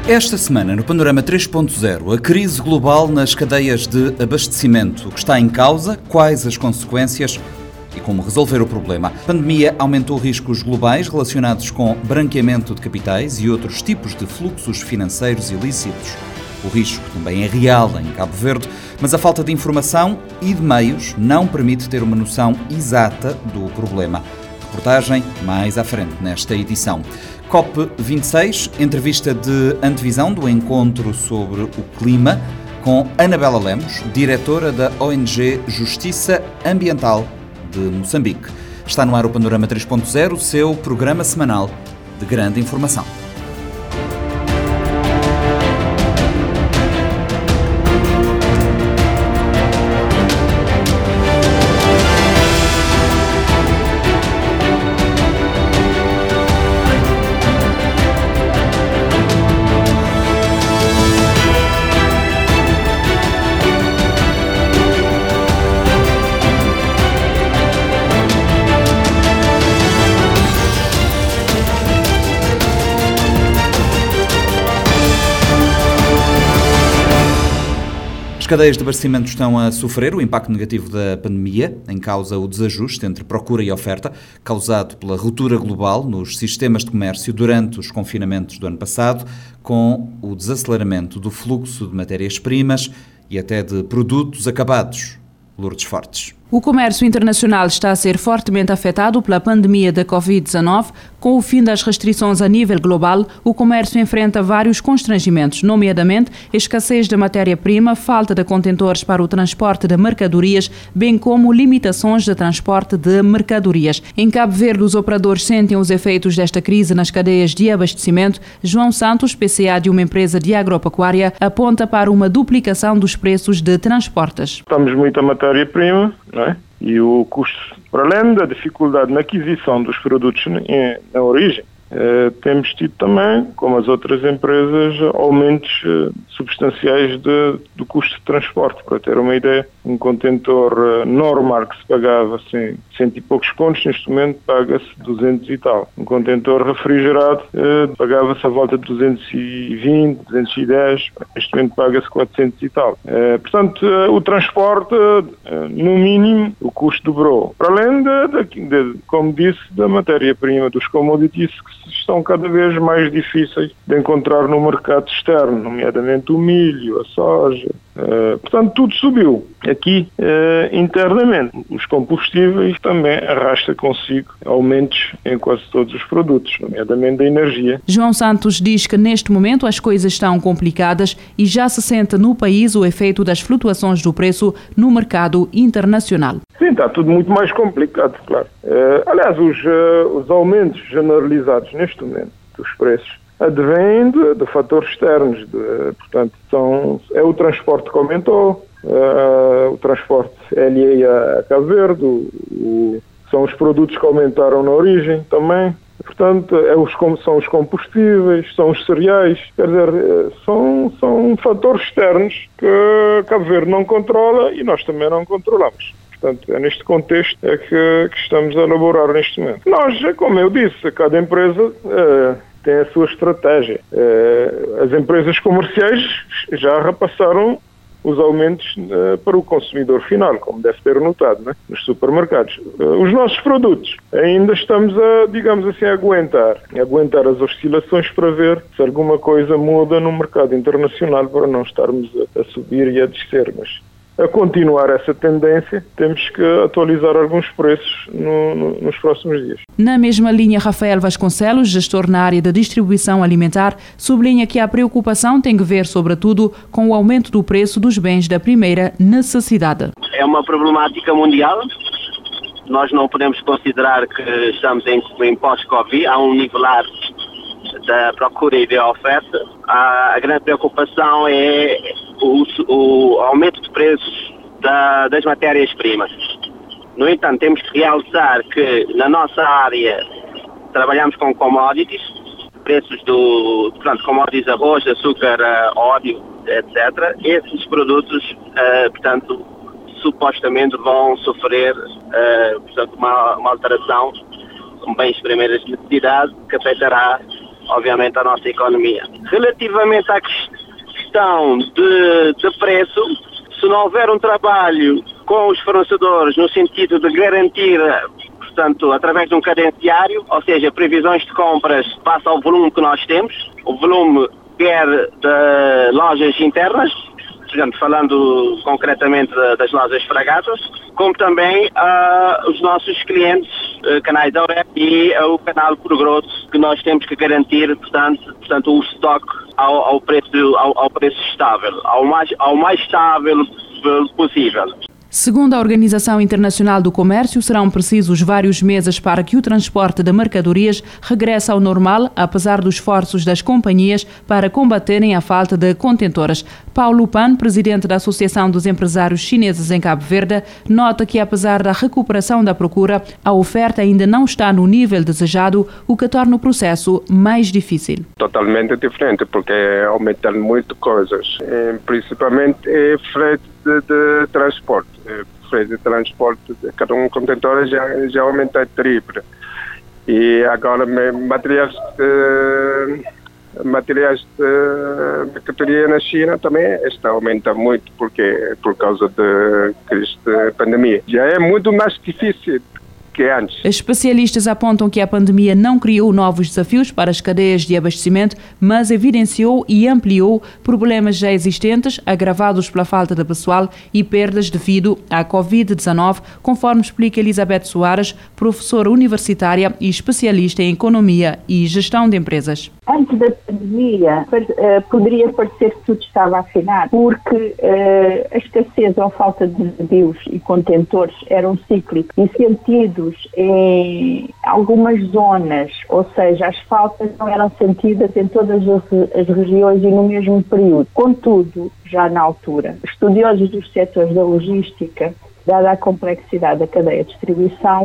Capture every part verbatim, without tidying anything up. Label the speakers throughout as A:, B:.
A: Esta semana, no Panorama três ponto zero, a crise global nas cadeias de abastecimento. O que está em causa, quais as consequências e como resolver o problema. A pandemia aumentou riscos globais relacionados com branqueamento de capitais e outros tipos de fluxos financeiros ilícitos. O risco também é real em Cabo Verde, mas a falta de informação e de meios não permite ter uma noção exata do problema. Reportagem mais à frente nesta edição. C O P vinte e seis, entrevista de antevisão do encontro sobre o clima com Anabela Lemos, diretora da O N G Justiça Ambiental de Moçambique. Está no ar o Panorama três ponto zero, seu programa semanal de grande informação. As cadeias de abastecimento estão a sofrer o impacto negativo da pandemia, em causa o desajuste entre procura e oferta, causado pela ruptura global nos sistemas de comércio durante os confinamentos do ano passado, com o desaceleramento do fluxo de matérias-primas e até de produtos acabados. Lourdes Fortes.
B: O comércio internacional está a ser fortemente afetado pela pandemia da covid dezanove. Com o fim das restrições a nível global, o comércio enfrenta vários constrangimentos, nomeadamente escassez de matéria-prima, falta de contentores para o transporte de mercadorias, bem como limitações de transporte de mercadorias. Em Cabo Verde, os operadores sentem os efeitos desta crise nas cadeias de abastecimento. João Santos, P C A de uma empresa de agropecuária, aponta para uma duplicação dos preços de transportes.
C: Estamos muito a matéria-prima, não é? E o custo, para além da dificuldade na aquisição dos produtos em, na origem, eh, temos tido também, como as outras empresas, aumentos eh, substanciais de, do custo de transporte. Para ter uma ideia, um contentor eh, normal que se pagava assim, cento e poucos contos, neste momento paga-se duzentos e tal. Um contentor refrigerado eh, pagava-se à volta de duzentos e vinte, duzentos e dez, neste momento paga-se quatrocentos e tal. Eh, portanto, eh, o transporte, eh, no mínimo, o custo dobrou. Para além, de, de, de, como disse, da matéria-prima, dos commodities que estão cada vez mais difíceis de encontrar no mercado externo, nomeadamente o milho, a soja. Uh, portanto, tudo subiu. Aqui, uh, internamente, os combustíveis também arrasta consigo aumentos em quase todos os produtos, nomeadamente da energia.
B: João Santos diz que neste momento as coisas estão complicadas e já se sente no país o efeito das flutuações do preço no mercado internacional.
C: Sim, está tudo muito mais complicado, claro. Uh, aliás, os, uh, os aumentos generalizados neste momento dos preços advém de, de fatores externos, de, portanto, são, é o transporte que aumentou, uh, o transporte L A a Cabo Verde, o, o, são os produtos que aumentaram na origem também, portanto, é os, são os combustíveis, são os cereais, quer dizer, são, são fatores externos que Cabo Verde não controla e nós também não controlamos. Portanto, é neste contexto é que, que estamos a elaborar neste momento. Nós, como eu disse, cada empresa é, tem a sua estratégia. É, as empresas comerciais já repassaram os aumentos é, para o consumidor final, como deve ter notado, né, nos supermercados. É, os nossos produtos ainda estamos a, digamos assim, a aguentar, a aguentar as oscilações para ver se alguma coisa muda no mercado internacional para não estarmos a, a subir e a descer, mas a continuar essa tendência, temos que atualizar alguns preços no, no, nos próximos dias.
B: Na mesma linha, Rafael Vasconcelos, gestor na área da distribuição alimentar, sublinha que a preocupação tem que ver, sobretudo, com o aumento do preço dos bens da primeira necessidade.
D: É uma problemática mundial. Nós não podemos considerar que estamos em, em pós-Covid. Há um nivelar da procura e da oferta. A, a grande preocupação é o, o aumento de preços da, das matérias-primas. No entanto, temos que realçar que na nossa área trabalhamos com commodities, preços do, portanto, commodities, arroz, açúcar, óleo, etcétera. Esses produtos, uh, portanto, supostamente vão sofrer uh, portanto, uma, uma alteração, com bens de primeira necessidade, que afetará obviamente, a nossa economia. Relativamente à questão de, de preço, se não houver um trabalho com os fornecedores no sentido de garantir, portanto, através de um cadenciário, ou seja, previsões de compras face ao volume que nós temos, o volume quer de lojas internas, por exemplo, falando concretamente das lojas fragatas, como também uh, os nossos clientes, uh, canais da web e uh, o canal por grosso, que nós temos que garantir, portanto, portanto o estoque ao, ao, preço, ao, ao preço estável, ao mais, ao mais estável possível.
B: Segundo a Organização Internacional do Comércio, serão precisos vários meses para que o transporte de mercadorias regresse ao normal, apesar dos esforços das companhias para combaterem a falta de contentores. Paulo Pan, presidente da Associação dos Empresários Chineses em Cabo Verde, nota que, apesar da recuperação da procura, a oferta ainda não está no nível desejado, o que torna o processo mais difícil.
E: Totalmente diferente, porque aumentam muito coisas, principalmente frete de, de transporte. Frete de transporte, cada um contentor já, já aumenta triplo. E agora materiais de, materiais de mercadoria na China também está aumentando muito, porque por causa da crise de pandemia. Já é muito mais difícil que antes.
B: Especialistas apontam que a pandemia não criou novos desafios para as cadeias de abastecimento, mas evidenciou e ampliou problemas já existentes, agravados pela falta de pessoal e perdas devido à covid dezenove, conforme explica Elizabeth Soares, professora universitária e especialista em economia e gestão de empresas.
F: Antes da pandemia, poderia parecer que tudo estava afinado, porque a escassez ou falta de navios e contentores eram cíclicos e sentidos em algumas zonas, ou seja, as faltas não eram sentidas em todas as regiões e no mesmo período. Contudo, já na altura, estudiosos dos setores da logística, dada a complexidade da cadeia de distribuição,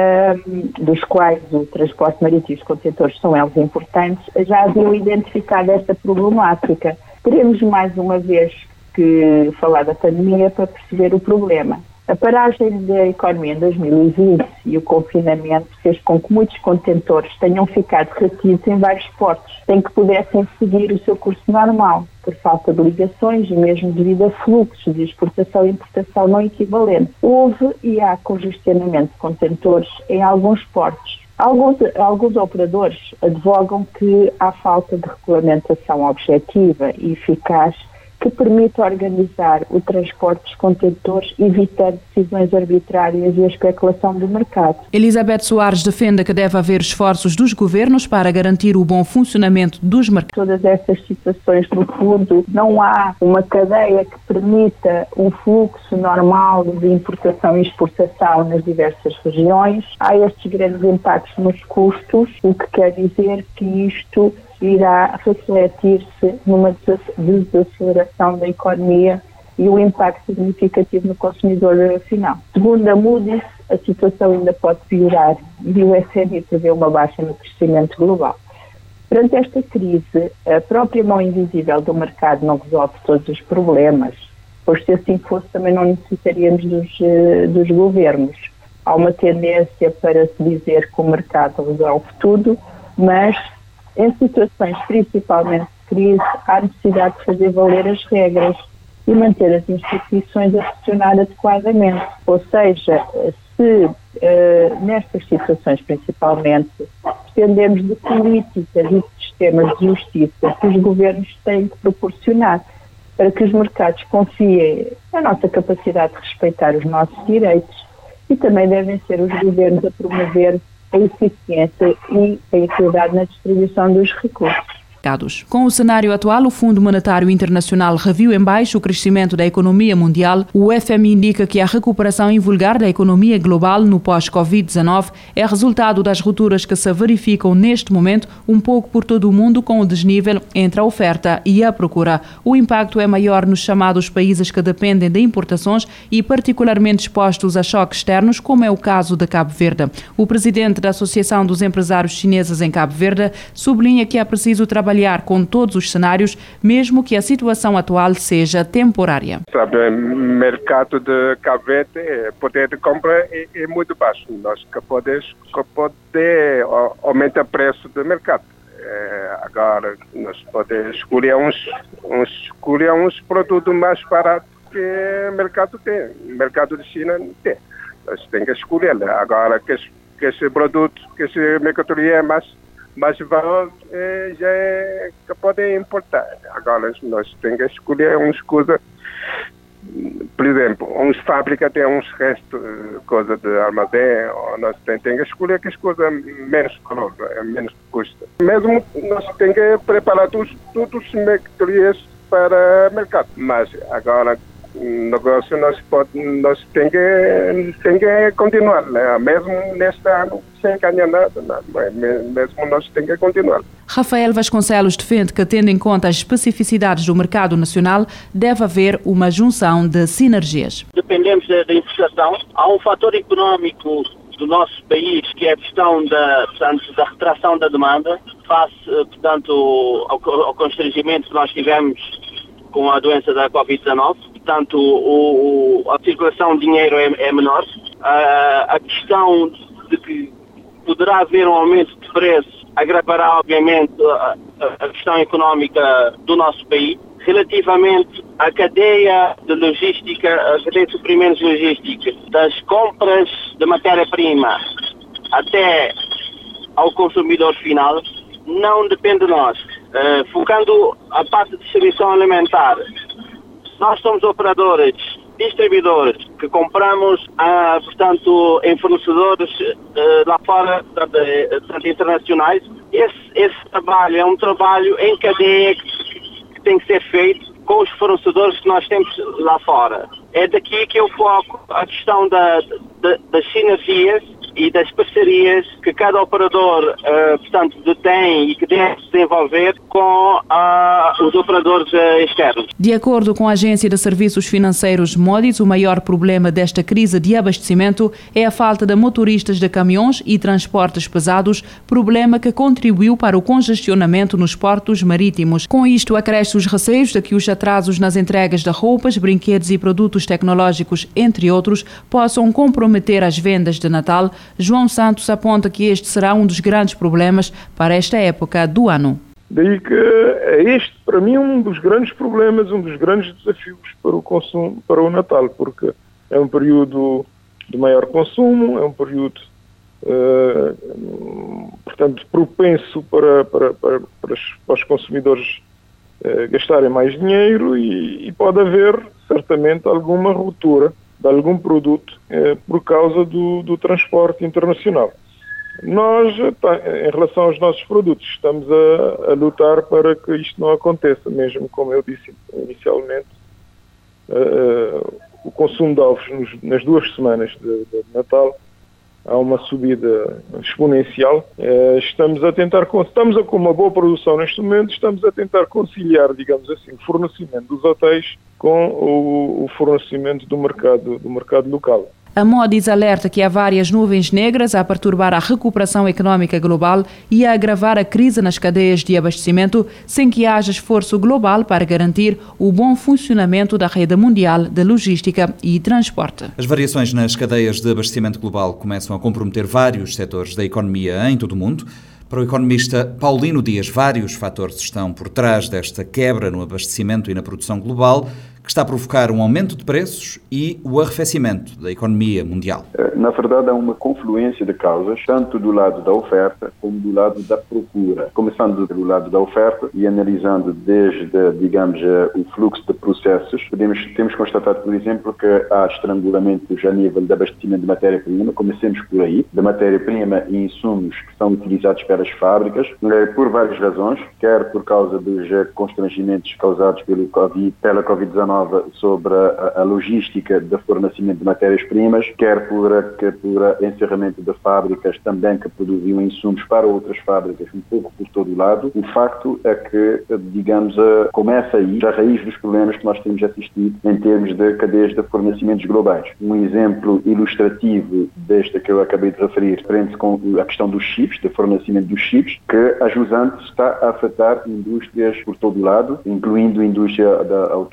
F: Um, dos quais o transporte marítimo e os contentores são eles importantes, já haviam identificado esta problemática. Teremos mais uma vez que falar da pandemia para perceber o problema. A paragem da economia em dois mil e vinte e o confinamento fez com que muitos contentores tenham ficado retidos em vários portos, sem que pudessem seguir o seu curso normal, por falta de ligações e mesmo devido a fluxos de exportação e importação não equivalentes. Houve e há congestionamento de contentores em alguns portos. Alguns, alguns operadores advogam que há falta de regulamentação objetiva e eficaz que permita organizar o transporte dos contentores, evitando decisões arbitrárias e a especulação do mercado.
B: Elizabeth Soares defende que deve haver esforços dos governos para garantir o bom funcionamento dos mercados.
F: Todas estas situações, no fundo, não há uma cadeia que permita um fluxo normal de importação e exportação nas diversas regiões. Há estes grandes impactos nos custos, o que quer dizer que isto irá refletir-se numa desaceleração da economia e o impacto significativo no consumidor final. Segundo a Moody's, a situação ainda pode piorar e o F M I prevê uma baixa no crescimento global. Perante esta crise, a própria mão invisível do mercado não resolve todos os problemas, pois se assim fosse também não necessitaríamos dos, dos governos. Há uma tendência para se dizer que o mercado resolve tudo, mas em situações principalmente de crise, há necessidade de fazer valer as regras e manter as instituições a funcionar adequadamente. Ou seja, se uh, nestas situações principalmente dependemos de políticas e de sistemas de justiça que os governos têm que proporcionar para que os mercados confiem na nossa capacidade de respeitar os nossos direitos, e também devem ser os governos a promover a eficiência e a equidade na distribuição dos recursos.
B: Com o cenário atual, o Fundo Monetário Internacional reviu em baixo o crescimento da economia mundial. O F M I indica que a recuperação invulgar da economia global no pós-covid dezenove é resultado das rupturas que se verificam neste momento um pouco por todo o mundo, com o desnível entre a oferta e a procura. O impacto é maior nos chamados países que dependem de importações e particularmente expostos a choques externos, como é o caso de Cabo Verde. O presidente da Associação dos Empresários Chineses em Cabo Verde sublinha que é preciso trabalhar trabalhar com todos os cenários, mesmo que a situação atual seja temporária.
E: Sabe, o mercado de Cabo Verde, o poder de compra é, é muito baixo. Nós que podemos poder aumentar o preço do mercado. É, agora, nós podemos escolher uns, uns, escolher uns produtos mais baratos que o mercado tem. O mercado de China não tem. Nós temos que escolher. Agora, que, que esse produto, que esse mercadoria é mais, mais valor, é, já é que podem importar. Agora, nós temos que escolher umas coisas. Por exemplo, uns fábricas têm uns restos, coisa de armazém, ou nós temos que escolher que as coisas menos valor, menos custa. Mesmo nós temos que preparar todos, todos os mercadorias para o mercado. Mas agora, o negócio nós, pode, nós temos que, tem que continuar, né? Mesmo neste ano, sem ganhar nada, nada, mesmo nós temos que continuar.
B: Rafael Vasconcelos defende que, tendo em conta as especificidades do mercado nacional, deve haver uma junção de sinergias.
D: Dependemos da, da importação. Há um fator económico do nosso país que é a questão da, portanto, da retração da demanda face, portanto, ao, ao constrangimento que nós tivemos com a doença da covid dezenove. Portanto, o, o, a circulação de dinheiro é, é menor. A, a questão de que poderá haver um aumento de preço agravará, obviamente, a, a questão económica do nosso país. Relativamente à cadeia de logística, a cadeia de suprimentos logísticos, das compras de matéria-prima até ao consumidor final, não depende de nós. Uh, focando a parte de distribuição alimentar, nós somos operadores, distribuidores, que compramos, uh, portanto, em fornecedores uh, lá fora, portanto, internacionais. Esse, esse trabalho é um trabalho em cadeia que, que tem que ser feito com os fornecedores que nós temos lá fora. É daqui que eu foco a questão da, da, das sinergias e das parcerias que cada operador, uh, portanto, detém e que deve desenvolver com uh, os operadores uh, externos.
B: De acordo com a Agência de Serviços Financeiros Moody's, o maior problema desta crise de abastecimento é a falta de motoristas de caminhões e transportes pesados, problema que contribuiu para o congestionamento nos portos marítimos. Com isto, acresce os receios de que os atrasos nas entregas de roupas, brinquedos e produtos tecnológicos, entre outros, possam comprometer as vendas de Natal. João Santos aponta que este será um dos grandes problemas para esta época do ano.
C: Daí que é este, para mim, um dos grandes problemas, um dos grandes desafios para o consumo, para o Natal, porque é um período de maior consumo, é um período, uh, portanto, propenso para, para, para, para, os, para os consumidores uh, gastarem mais dinheiro e, e pode haver, certamente, alguma ruptura de algum produto eh, por causa do, do transporte internacional. Nós, em relação aos nossos produtos, estamos a, a lutar para que isto não aconteça, mesmo como eu disse inicialmente, uh, o consumo de ovos nos, nas duas semanas de, de Natal há uma subida exponencial. Uh, estamos a tentar, estamos a, com uma boa produção neste momento, estamos a tentar conciliar, digamos assim, o fornecimento dos hotéis com o, o fornecimento do mercado, do mercado local.
B: A Moody's alerta que há várias nuvens negras a perturbar a recuperação económica global e a agravar a crise nas cadeias de abastecimento, sem que haja esforço global para garantir o bom funcionamento da rede mundial de logística e transporte.
A: As variações nas cadeias de abastecimento global começam a comprometer vários setores da economia em todo o mundo. Para o economista Paulino Dias, vários fatores estão por trás desta quebra no abastecimento e na produção global, que está a provocar um aumento de preços e o arrefecimento da economia mundial.
G: Na verdade, há uma confluência de causas, tanto do lado da oferta como do lado da procura. Começando do lado da oferta e analisando desde, digamos, o fluxo de processos, podemos, temos constatado, por exemplo, que há estrangulamentos a nível de abastecimento de matéria-prima. Comecemos por aí, de matéria-prima e insumos que são utilizados pelas fábricas, por várias razões, quer por causa dos constrangimentos causados pelo COVID, pela covid dezenove, sobre a, a logística de fornecimento de matérias-primas, quer por, a, que por a encerramento de fábricas também que produziam insumos para outras fábricas, um pouco por todo o lado. O facto é que, digamos, a, começa aí a raiz dos problemas que nós temos assistido em termos de cadeias de fornecimentos globais. Um exemplo ilustrativo desta que eu acabei de referir prende-se com a questão dos chips, de fornecimento dos chips, que a jusante está a afetar indústrias por todo o lado, incluindo a indústria da automóvel,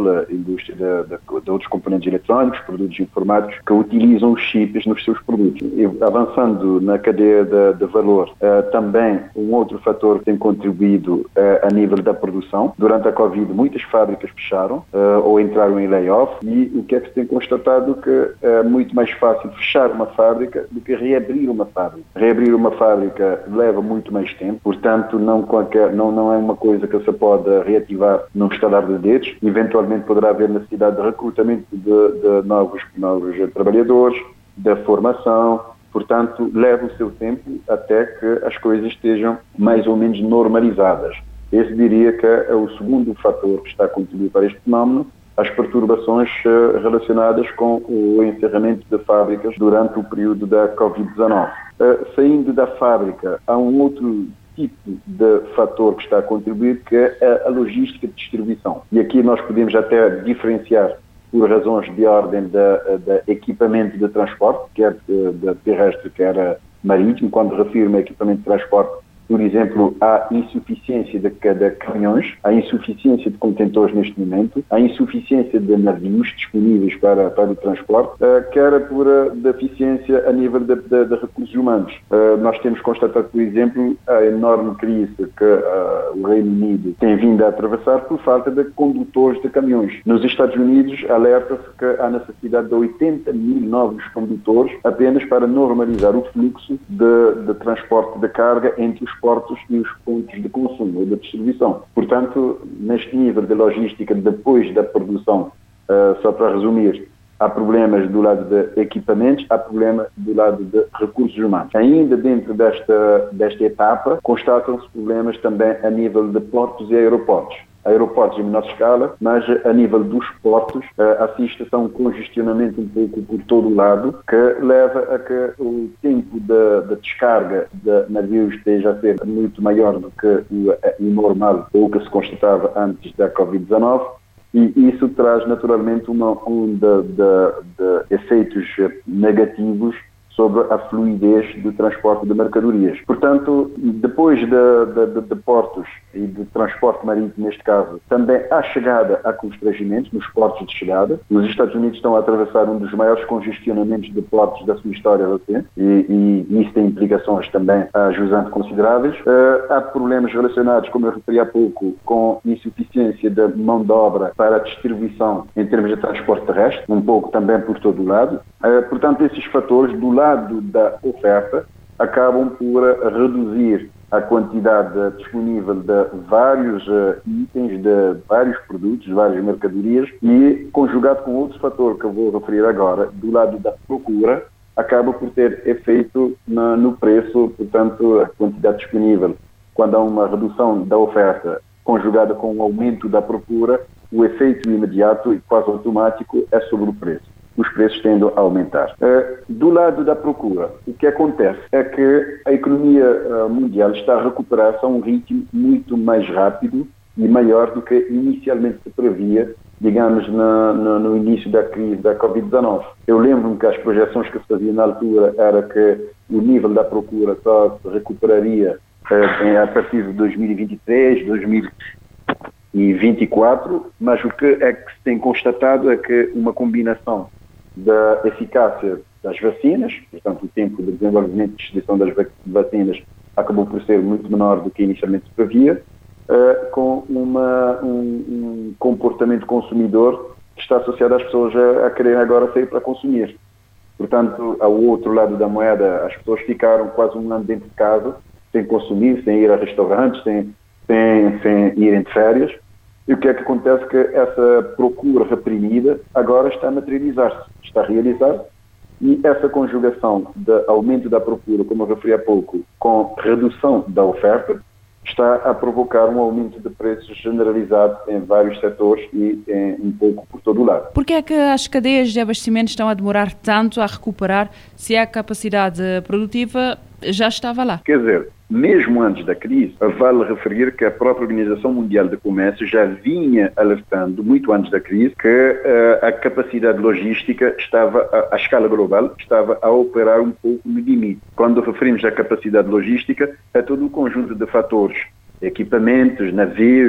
G: automóvel, indústria de, de, de outros componentes eletrónicos, produtos informáticos, que utilizam os chips nos seus produtos. E avançando na cadeia de, de valor, uh, também um outro fator que tem contribuído uh, a nível da produção. Durante a Covid, muitas fábricas fecharam uh, ou entraram em layoff, e o que é que se tem constatado? Que é muito mais fácil fechar uma fábrica do que reabrir uma fábrica. Reabrir uma fábrica leva muito mais tempo, portanto não, qualquer, não, não é uma coisa que se pode reativar num estalar de dedos. Eventualmente poderá haver necessidade de recrutamento de, de novos, novos trabalhadores, da formação, portanto leva o seu tempo até que as coisas estejam mais ou menos normalizadas. Esse diria que é o segundo fator que está a contribuir para este fenómeno, as perturbações relacionadas com o encerramento de fábricas durante o período da covid dezenove. Uh, saindo da fábrica, há um outro tipo de fator que está a contribuir, que é a logística de distribuição. E aqui nós podemos até diferenciar por razões de ordem de equipamento de transporte, quer de terrestre, quer marítimo. Quando refiro a equipamento de transporte, por exemplo, há insuficiência de, de caminhões, há insuficiência de contentores neste momento, há insuficiência de navios disponíveis para, para o transporte, uh, quer por uh, deficiência a nível de, de, de recursos humanos. Uh, nós temos constatado, por exemplo, a enorme crise que uh, o Reino Unido tem vindo a atravessar por falta de condutores de caminhões. Nos Estados Unidos, alerta-se que há necessidade de oitenta mil novos condutores apenas para normalizar o fluxo de, de transporte de carga entre os portos e os pontos de consumo ou de distribuição. Portanto, neste nível de logística, depois da produção, uh, só para resumir, há problemas do lado de equipamentos, há problema do lado de recursos humanos. Ainda dentro desta, desta etapa, constatam-se problemas também a nível de portos e aeroportos. Aeroportos em menor escala, mas a nível dos portos uh, assiste-se a um congestionamento um pouco por todo o lado, que leva a que o tempo de, de descarga de navios esteja a ser muito maior do que o, o normal ou o que se constatava antes da covid dezenove, e isso traz naturalmente uma onda de, de efeitos negativos sobre a fluidez do transporte de mercadorias. Portanto, depois de, de, de, de portos e de transporte marítimo, neste caso, também há chegada a constrangimentos nos portos de chegada. Os Estados Unidos estão a atravessar um dos maiores congestionamentos de portos da sua história recente, e, e isso tem implicações também a jusante consideráveis. Uh, há problemas relacionados, como eu referi há pouco, com insuficiência de mão de obra para a distribuição em termos de transporte terrestre, um pouco também por todo o lado. Uh, portanto, esses fatores, do lado da oferta, acabam por reduzir a quantidade disponível de vários uh, itens, de vários produtos, de várias mercadorias, e conjugado com outro fator que eu vou referir agora, do lado da procura, acaba por ter efeito na, no preço. Portanto, a quantidade disponível, quando há uma redução da oferta conjugada com um aumento da procura, o efeito imediato e quase automático é sobre o preço. Os preços tendem a aumentar. Uh, do lado da procura, o que acontece é que a economia uh, mundial está a recuperar-se a um ritmo muito mais rápido e maior do que inicialmente se previa, digamos, na, na, no início da crise da covid dezenove. Eu lembro-me que as projeções que se faziam na altura era que o nível da procura só se recuperaria uh, a partir de dois mil e vinte e três, dois mil e vinte e quatro, mas o que é que se tem constatado é que uma combinação da eficácia das vacinas, portanto o tempo de desenvolvimento e distribuição das vacinas acabou por ser muito menor do que inicialmente se previa, uh, com uma, um, um comportamento consumidor que está associado às pessoas a, a quererem agora sair para consumir. Portanto, ao outro lado da moeda, as pessoas ficaram quase um ano dentro de casa, sem consumir, sem ir a restaurantes, sem, sem, sem irem de férias. E o que é que acontece? Que essa procura reprimida agora está a materializar-se, está a realizar-se, e essa conjugação de aumento da procura, como eu referi há pouco, com redução da oferta, está a provocar um aumento de preços generalizado em vários setores e em, um pouco por todo o lado.
B: Por que é que as cadeias de abastecimento estão a demorar tanto a recuperar, se a capacidade produtiva já estava lá?
G: Quer dizer, mesmo antes da crise, vale referir que a própria Organização Mundial do Comércio já vinha alertando, muito antes da crise, que uh, a capacidade logística estava, a, a escala global, estava a operar um pouco no limite. Quando referimos à capacidade logística, é todo um conjunto de fatores, equipamentos, navios,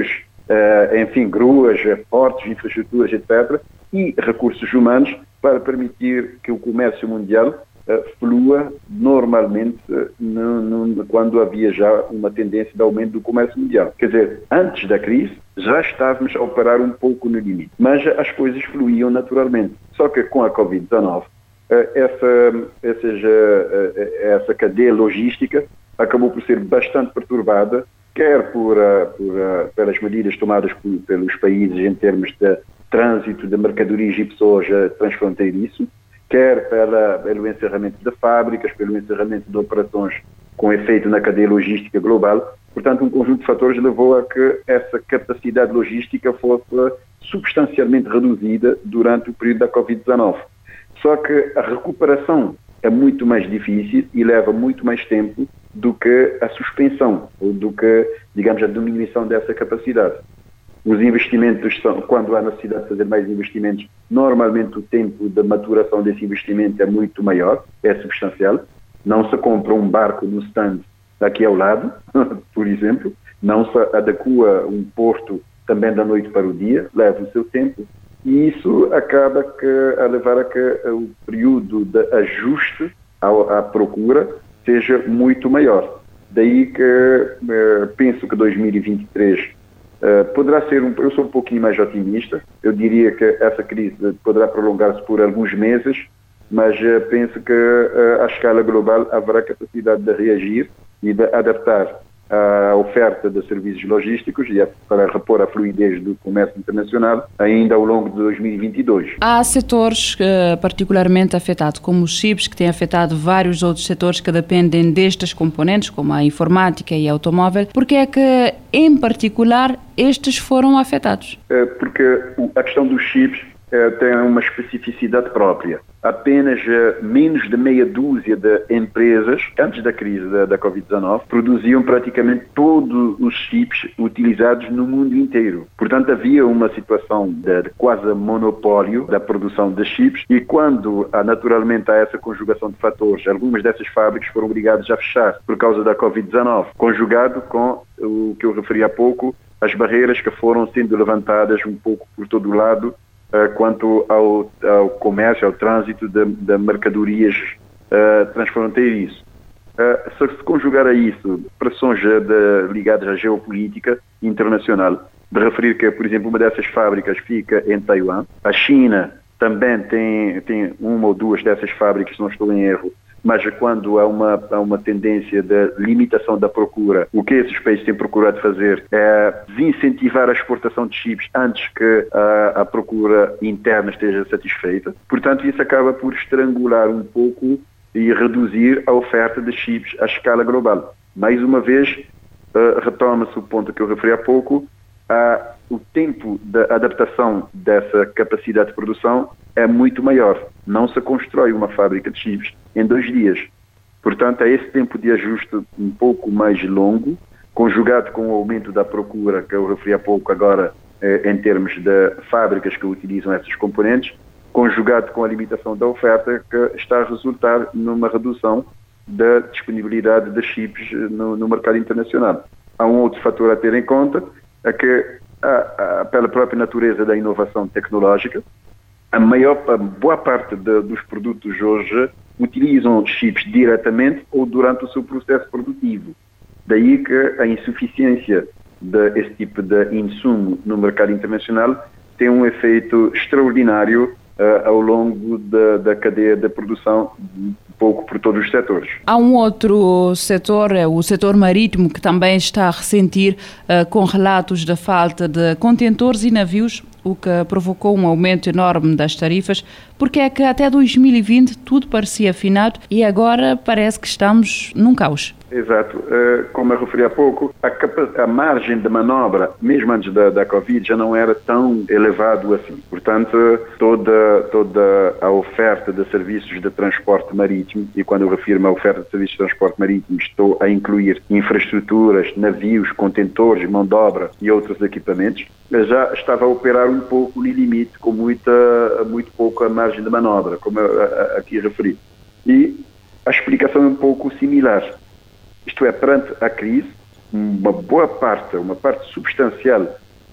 G: uh, enfim, gruas, portos, infraestruturas, etcétera, e recursos humanos para permitir que o comércio mundial uh, flua normalmente uh, no, no, quando havia já uma tendência de aumento do comércio mundial. Quer dizer, antes da crise já estávamos a operar um pouco no limite, mas as coisas fluíam naturalmente. Só que com a covid dezenove, uh, essa, essa, uh, essa cadeia logística acabou por ser bastante perturbada, quer por, uh, por, uh, pelas medidas tomadas por, pelos países em termos de trânsito de mercadorias e pessoas uh, transfronteiriço, quer pela, pelo encerramento de fábricas, pelo encerramento de operações com efeito na cadeia logística global. Portanto, um conjunto de fatores levou a que essa capacidade logística fosse substancialmente reduzida durante o período da covid dezenove. Só que a recuperação é muito mais difícil e leva muito mais tempo do que a suspensão, ou do que, digamos, a diminuição dessa capacidade. Os investimentos são, quando há necessidade de fazer mais investimentos, normalmente o tempo de maturação desse investimento é muito maior, é substancial. Não se compra um barco no stand aqui ao lado, por exemplo, não se adequa um porto também da noite para o dia, leva o seu tempo, e isso acaba que, a levar a que o período de ajuste à, à procura seja muito maior. Daí que eh, penso que dois mil e vinte e três eh, poderá ser um... Eu sou um pouquinho mais otimista. Eu diria que essa crise poderá prolongar-se por alguns meses, mas eh, penso que eh, à escala global haverá capacidade de reagir e de adaptar a oferta de serviços logísticos e para repor a fluidez do comércio internacional ainda ao longo de dois mil e vinte e dois.
B: Há setores uh, particularmente afetados, como os chips, que têm afetado vários outros setores que dependem destes componentes, como a informática e a automóvel. Por que é que, em particular, estes foram afetados?
G: É porque a questão dos chips é, tem uma especificidade própria. Apenas uh, menos de meia dúzia de empresas, antes da crise da, da covid dezenove, produziam praticamente todos os chips utilizados no mundo inteiro. Portanto, havia uma situação de, de quase monopólio da produção de chips e quando, ah, naturalmente, há essa conjugação de fatores, algumas dessas fábricas foram obrigadas a fechar por causa da covid dezenove, conjugado com o que eu referi há pouco, as barreiras que foram sendo levantadas um pouco por todo o lado, Uh, quanto ao, ao comércio, ao trânsito de, de mercadorias uh, transfronteiriço. Uh, se se conjugar a isso pressões de, ligadas à geopolítica internacional, de referir que, por exemplo, uma dessas fábricas fica em Taiwan, a China também tem, tem uma ou duas dessas fábricas, se não estou em erro, mas quando há uma, há uma tendência de limitação da procura, o que esses países têm procurado fazer é desincentivar a exportação de chips antes que a, a procura interna esteja satisfeita. Portanto, isso acaba por estrangular um pouco e reduzir a oferta de chips à escala global. Mais uma vez, uh, retoma-se o ponto que eu referi há pouco, uh, o tempo de adaptação dessa capacidade de produção é muito maior. Não se constrói uma fábrica de chips em dois dias. Portanto, é esse tempo de ajuste um pouco mais longo, conjugado com o aumento da procura, que eu referi há pouco agora, eh, em termos de fábricas que utilizam esses componentes, conjugado com a limitação da oferta, que está a resultar numa redução da disponibilidade de chips no, no mercado internacional. Há um outro fator a ter em conta, é que, a, a, pela própria natureza da inovação tecnológica, a maior, a boa parte de, dos produtos hoje utilizam chips diretamente ou durante o seu processo produtivo. Daí que a insuficiência desse tipo de insumo no mercado internacional tem um efeito extraordinário uh, ao longo da, da cadeia de produção, um pouco por todos os setores.
B: Há um outro setor, é o setor marítimo, que também está a ressentir uh, com relatos da falta de contentores e navios, o que provocou um aumento enorme das tarifas, porque é que até dois mil e vinte tudo parecia afinado e agora parece que estamos num caos.
G: Exato. Uh, como eu referi há pouco, a, capa- a margem de manobra, mesmo antes da, da Covid, já não era tão elevado assim. Portanto, toda, toda a oferta de serviços de transporte marítimo, e quando eu refiro a oferta de serviços de transporte marítimo, estou a incluir infraestruturas, navios, contentores, mão de obra e outros equipamentos, já estava a operar um pouco no limite, com muita, muito pouca margem de manobra, como eu aqui referi. E a explicação é um pouco similar. Isto é, perante a crise, uma boa parte, uma parte substancial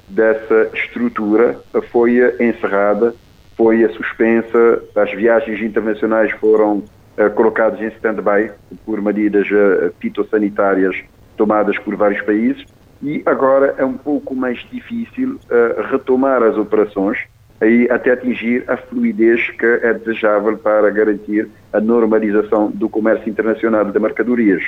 G: dessa estrutura foi encerrada, foi suspensa, as viagens internacionais foram uh, colocadas em stand-by por medidas uh, fitossanitárias tomadas por vários países e agora é um pouco mais difícil uh, retomar as operações aí até atingir a fluidez que é desejável para garantir a normalização do comércio internacional de mercadorias.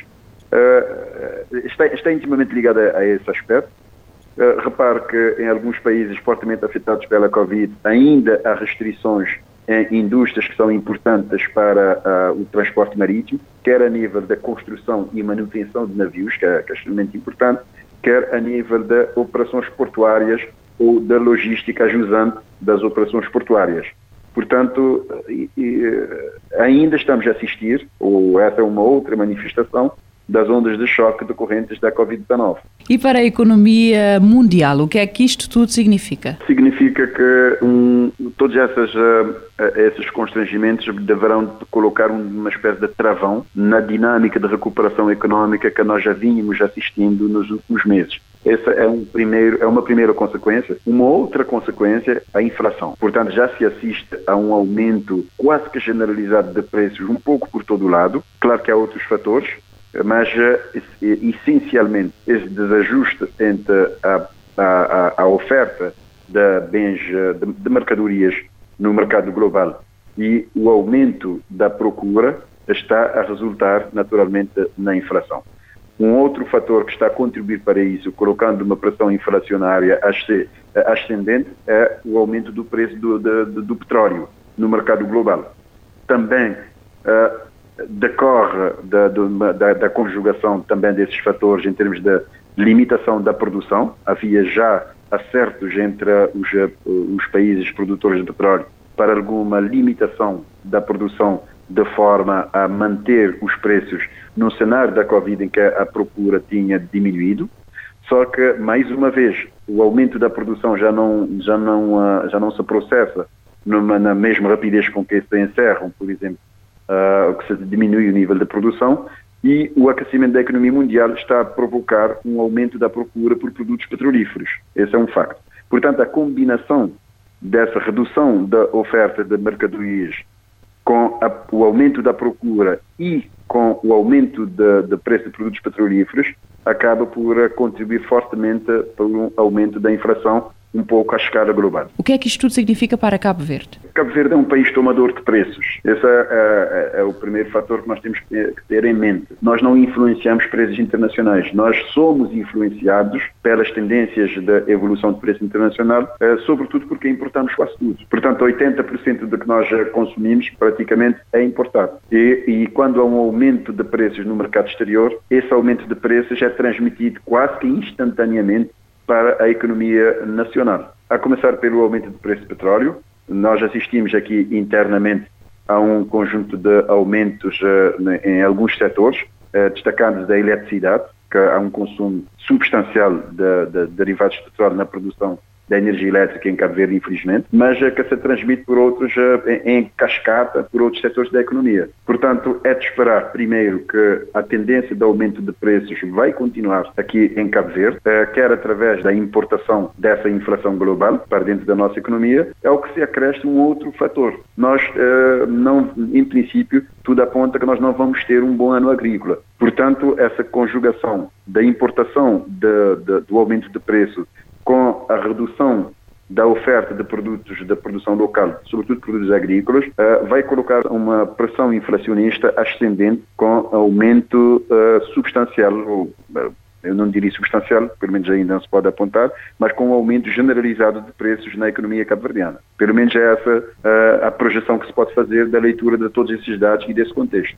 G: Uh, está, está intimamente ligada a esse aspecto. Uh, repare que em alguns países fortemente afetados pela Covid ainda há restrições em indústrias que são importantes para uh, o transporte marítimo, quer a nível da construção e manutenção de navios, que é, que é extremamente importante, quer a nível de operações portuárias ou da logística ajusante das operações portuárias. Portanto, e, e, ainda estamos a assistir, ou essa é uma outra manifestação, das ondas de choque decorrentes da covid dezenove.
B: E para a economia mundial, o que é que isto tudo significa?
G: Significa que um, todos essas, uh, esses constrangimentos deverão colocar uma espécie de travão na dinâmica de recuperação económica que nós já vínhamos assistindo nos últimos meses. Essa é, um primeiro, é uma primeira consequência. Uma outra consequência, a inflação. Portanto, já se assiste a um aumento quase que generalizado de preços um pouco por todo o lado. Claro que há outros fatores, mas essencialmente esse desajuste entre a, a, a oferta de bens, de, de mercadorias no mercado global e o aumento da procura está a resultar naturalmente na inflação. Um outro fator que está a contribuir para isso, colocando uma pressão inflacionária ascendente, é o aumento do preço do, do, do petróleo no mercado global. Também uh, decorre da, da, da conjugação também desses fatores em termos de limitação da produção. Havia já acertos entre os, os países produtores de petróleo para alguma limitação da produção de forma a manter os preços num cenário da Covid em que a procura tinha diminuído. Só que, mais uma vez, o aumento da produção já não, já não, já não se processa numa, na mesma rapidez com que se encerram, por exemplo, Uh, que se diminui o nível de produção e o aquecimento da economia mundial está a provocar um aumento da procura por produtos petrolíferos. Esse é um facto. Portanto, a combinação dessa redução da oferta de mercadorias com a, o aumento da procura e com o aumento de, de preço de produtos petrolíferos acaba por contribuir fortemente para um aumento da inflação um pouco à escala global.
B: O que é que isto tudo significa para Cabo Verde?
G: Cabo Verde é um país tomador de preços. Esse é, é, é o primeiro fator que nós temos que ter em mente. Nós não influenciamos preços internacionais. Nós somos influenciados pelas tendências da evolução de preço internacional, é, sobretudo porque importamos quase tudo. Portanto, oitenta por cento do que nós consumimos praticamente é importado. E, e quando há um aumento de preços no mercado exterior, esse aumento de preços é transmitido quase que instantaneamente para a economia nacional. A começar pelo aumento do preço do petróleo, nós assistimos aqui internamente a um conjunto de aumentos uh, em alguns setores, uh, destacados da eletricidade, que há um consumo substancial de, de derivados de petróleo na produção da energia elétrica em Cabo Verde, infelizmente, mas que se transmite por outros, em cascata, por outros setores da economia. Portanto, é de esperar, primeiro, que a tendência de aumento de preços vai continuar aqui em Cabo Verde, quer através da importação dessa inflação global para dentro da nossa economia, é o que se acresce um outro fator. Nós, não, em princípio, tudo aponta que nós não vamos ter um bom ano agrícola. Portanto, essa conjugação da importação de, de, do aumento de preço com a redução da oferta de produtos da produção local, sobretudo produtos agrícolas, uh, vai colocar uma pressão inflacionista ascendente com aumento uh, substancial, ou, uh, eu não diria substancial, pelo menos ainda não se pode apontar, mas com um aumento generalizado de preços na economia cabo-verdiana. Pelo menos é essa uh, a projeção que se pode fazer da leitura de todos esses dados e desse contexto.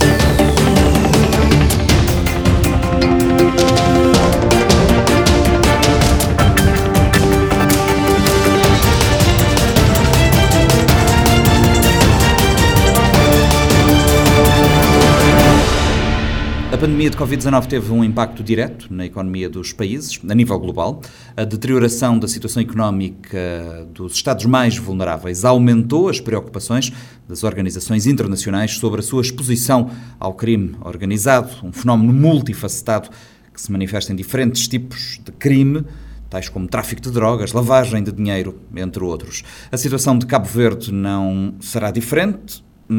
A: A pandemia de covid dezanove teve um impacto direto na economia dos países, a nível global. A deterioração da situação económica dos Estados mais vulneráveis aumentou as preocupações das organizações internacionais sobre a sua exposição ao crime organizado, um fenómeno multifacetado que se manifesta em diferentes tipos de crime, tais como tráfico de drogas, lavagem de dinheiro, entre outros. A situação de Cabo Verde não será diferente,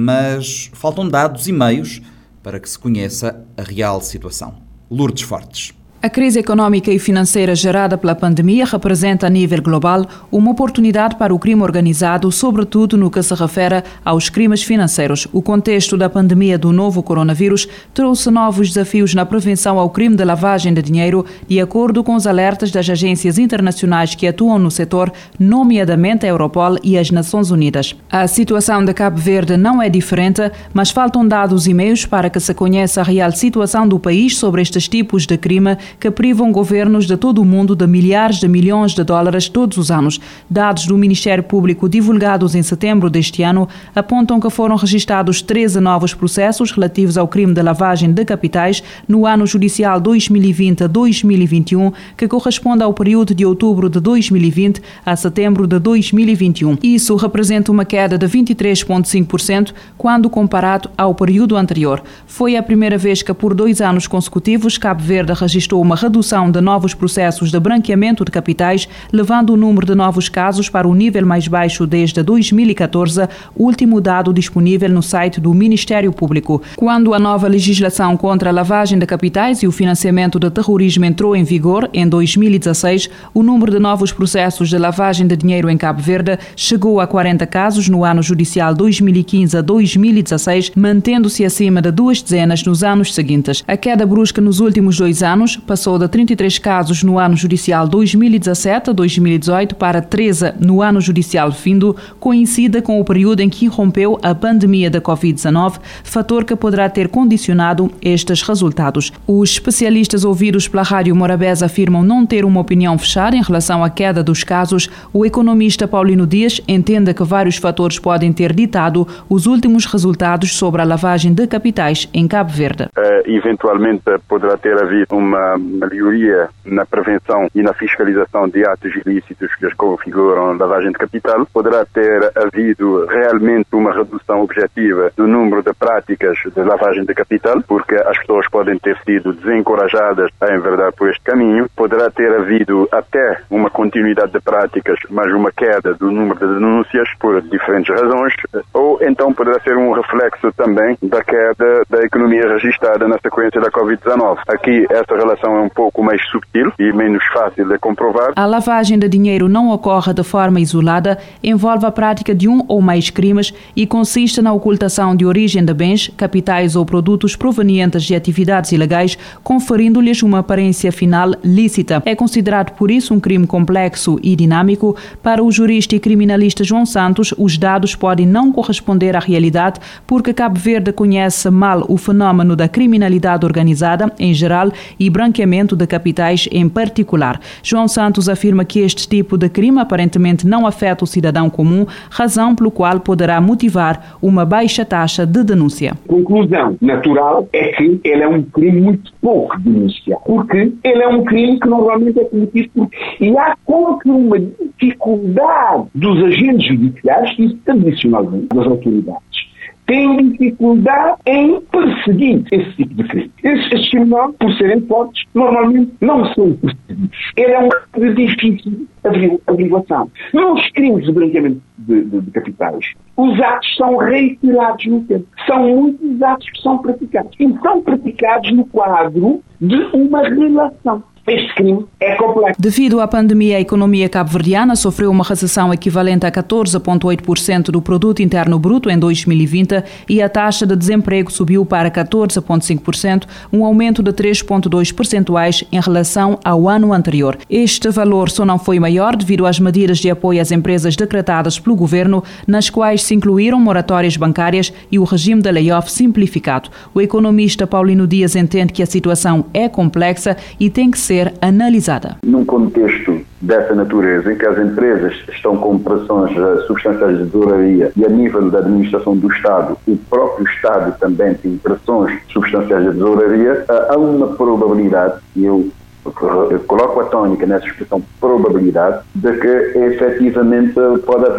A: mas faltam dados e meios para que se conheça a real situação. Lourdes Fortes.
B: A crise económica e financeira gerada pela pandemia representa a nível global uma oportunidade para o crime organizado, sobretudo no que se refere aos crimes financeiros. O contexto da pandemia do novo coronavírus trouxe novos desafios na prevenção ao crime de lavagem de dinheiro, de acordo com os alertas das agências internacionais que atuam no setor, nomeadamente a Europol e as Nações Unidas. A situação de Cabo Verde não é diferente, mas faltam dados e meios para que se conheça a real situação do país sobre estes tipos de crime que privam governos de todo o mundo de milhares de milhões de dólares todos os anos. Dados do Ministério Público divulgados em setembro deste ano apontam que foram registrados treze novos processos relativos ao crime de lavagem de capitais no ano judicial dois mil e vinte a dois mil e vinte e um, que corresponde ao período de outubro de dois mil e vinte a setembro de dois mil e vinte e um. Isso representa uma queda de vinte e três vírgula cinco por cento quando comparado ao período anterior. Foi a primeira vez que por dois anos consecutivos Cabo Verde registrou uma redução de novos processos de branqueamento de capitais, levando o número de novos casos para o nível mais baixo desde dois mil e catorze, último dado disponível no site do Ministério Público. Quando a nova legislação contra a lavagem de capitais e o financiamento de terrorismo entrou em vigor, em dois mil e dezasseis, o número de novos processos de lavagem de dinheiro em Cabo Verde chegou a quarenta casos no ano judicial dois mil e quinze a dois mil e dezasseis, mantendo-se acima de duas dezenas nos anos seguintes. A queda brusca nos últimos dois anos passou de trinta e três casos no ano judicial dois mil e dezassete a dois mil e dezoito para treze no ano judicial findo, coincide com o período em que irrompeu a pandemia da covid dezanove, fator que poderá ter condicionado estes resultados. Os especialistas ouvidos pela Rádio Morabeza afirmam não ter uma opinião fechada em relação à queda dos casos. O economista Paulino Dias entende que vários fatores podem ter ditado os últimos resultados sobre a lavagem de capitais em Cabo Verde.
G: Uh, eventualmente poderá ter havido uma melhoria na prevenção e na fiscalização de atos ilícitos que configuram lavagem de capital. Poderá ter havido realmente uma redução objetiva do número de práticas de lavagem de capital, porque as pessoas podem ter sido desencorajadas a enverdar por este caminho. Poderá ter havido até uma continuidade de práticas, mas uma queda do número de denúncias por diferentes razões, ou então poderá ser um reflexo também da queda da economia registada na sequência da covid dezanove. Aqui essa relação é um pouco mais subtil e menos fácil de comprovar.
B: A lavagem de dinheiro não ocorre de forma isolada, envolve a prática de um ou mais crimes e consiste na ocultação de origem de bens, capitais ou produtos provenientes de atividades ilegais, conferindo-lhes uma aparência final lícita. É considerado por isso um crime complexo e dinâmico. Para o jurista e criminalista João Santos, os dados podem não corresponder à realidade porque Cabo Verde conhece mal o fenómeno da criminalidade organizada em geral e branqueamento de capitais em particular. João Santos afirma que este tipo de crime aparentemente não afeta o cidadão comum, razão pelo qual poderá motivar uma baixa taxa de denúncia.
H: A conclusão natural é que ele é um crime muito pouco denunciado, porque ele é um crime que normalmente é cometido por... E há como que uma dificuldade dos agentes judiciais e tradicionalmente das autoridades têm dificuldade em perseguir esse tipo de crime. Esses criminosos, por serem fortes, normalmente não são perseguidos. Ele é um crime de difícil averiguação. Nos crimes de branqueamento de, de, de capitais, os atos são reiterados no tempo. São muitos atos que são praticados. E são praticados no quadro de uma relação. Este crime é complexo.
B: Devido à pandemia, a economia cabo-verdiana sofreu uma recessão equivalente a catorze vírgula oito por cento do produto interno bruto em dois mil e vinte e a taxa de desemprego subiu para catorze vírgula cinco por cento, um aumento de três vírgula dois percentuais em relação ao ano anterior. Este valor só não foi maior devido às medidas de apoio às empresas decretadas pelo governo, nas quais se incluíram moratórias bancárias e o regime de layoff simplificado. O economista Paulino Dias entende que a situação é complexa e tem que ser analisada.
G: Num contexto dessa natureza, em que as empresas estão com pressões substanciais de tesouraria e a nível da administração do Estado, o próprio Estado também tem pressões substanciais de tesouraria, há uma probabilidade, e eu Eu coloco a tónica nessa expressão probabilidade, de que efetivamente pode haver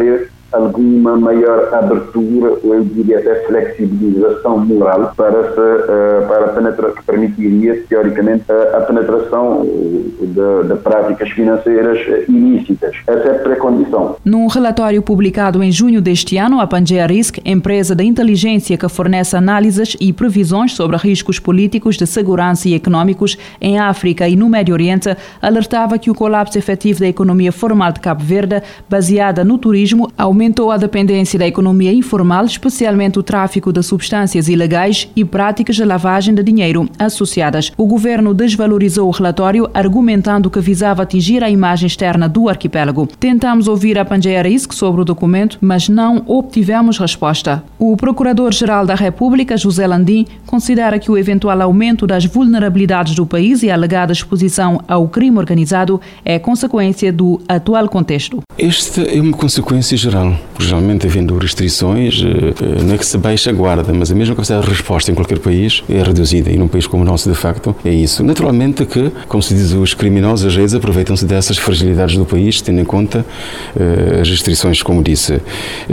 G: alguma maior abertura, ou eu diria até flexibilização moral para, se, uh, para penetrar, que permitiria, teoricamente, a, a penetração de, de práticas financeiras ilícitas. Essa é a pré-condição.
B: Num relatório publicado em junho deste ano, a Pangea Risk, empresa da inteligência que fornece análises e previsões sobre riscos políticos, de segurança e económicos em África e no Médio Oriente, alertava que o colapso efetivo da economia formal de Cabo Verde, baseada no turismo, aumentou a dependência da economia informal, especialmente o tráfico de substâncias ilegais e práticas de lavagem de dinheiro associadas. O governo desvalorizou o relatório, argumentando que visava atingir a imagem externa do arquipélago. Tentamos ouvir a Pangea Risk sobre o documento, mas não obtivemos resposta. O Procurador-Geral da República, José Landim, considera que o eventual aumento das vulnerabilidades do país e a alegada exposição ao crime organizado é consequência do atual contexto.
I: Esta é uma consequência geral. Geralmente, havendo restrições, não é que se baixa a guarda, mas a mesma capacidade de resposta em qualquer país é reduzida. E num país como o nosso, de facto, é isso. Naturalmente que, como se diz, os criminosos às vezes aproveitam-se dessas fragilidades do país, tendo em conta uh, as restrições, como disse. Uh,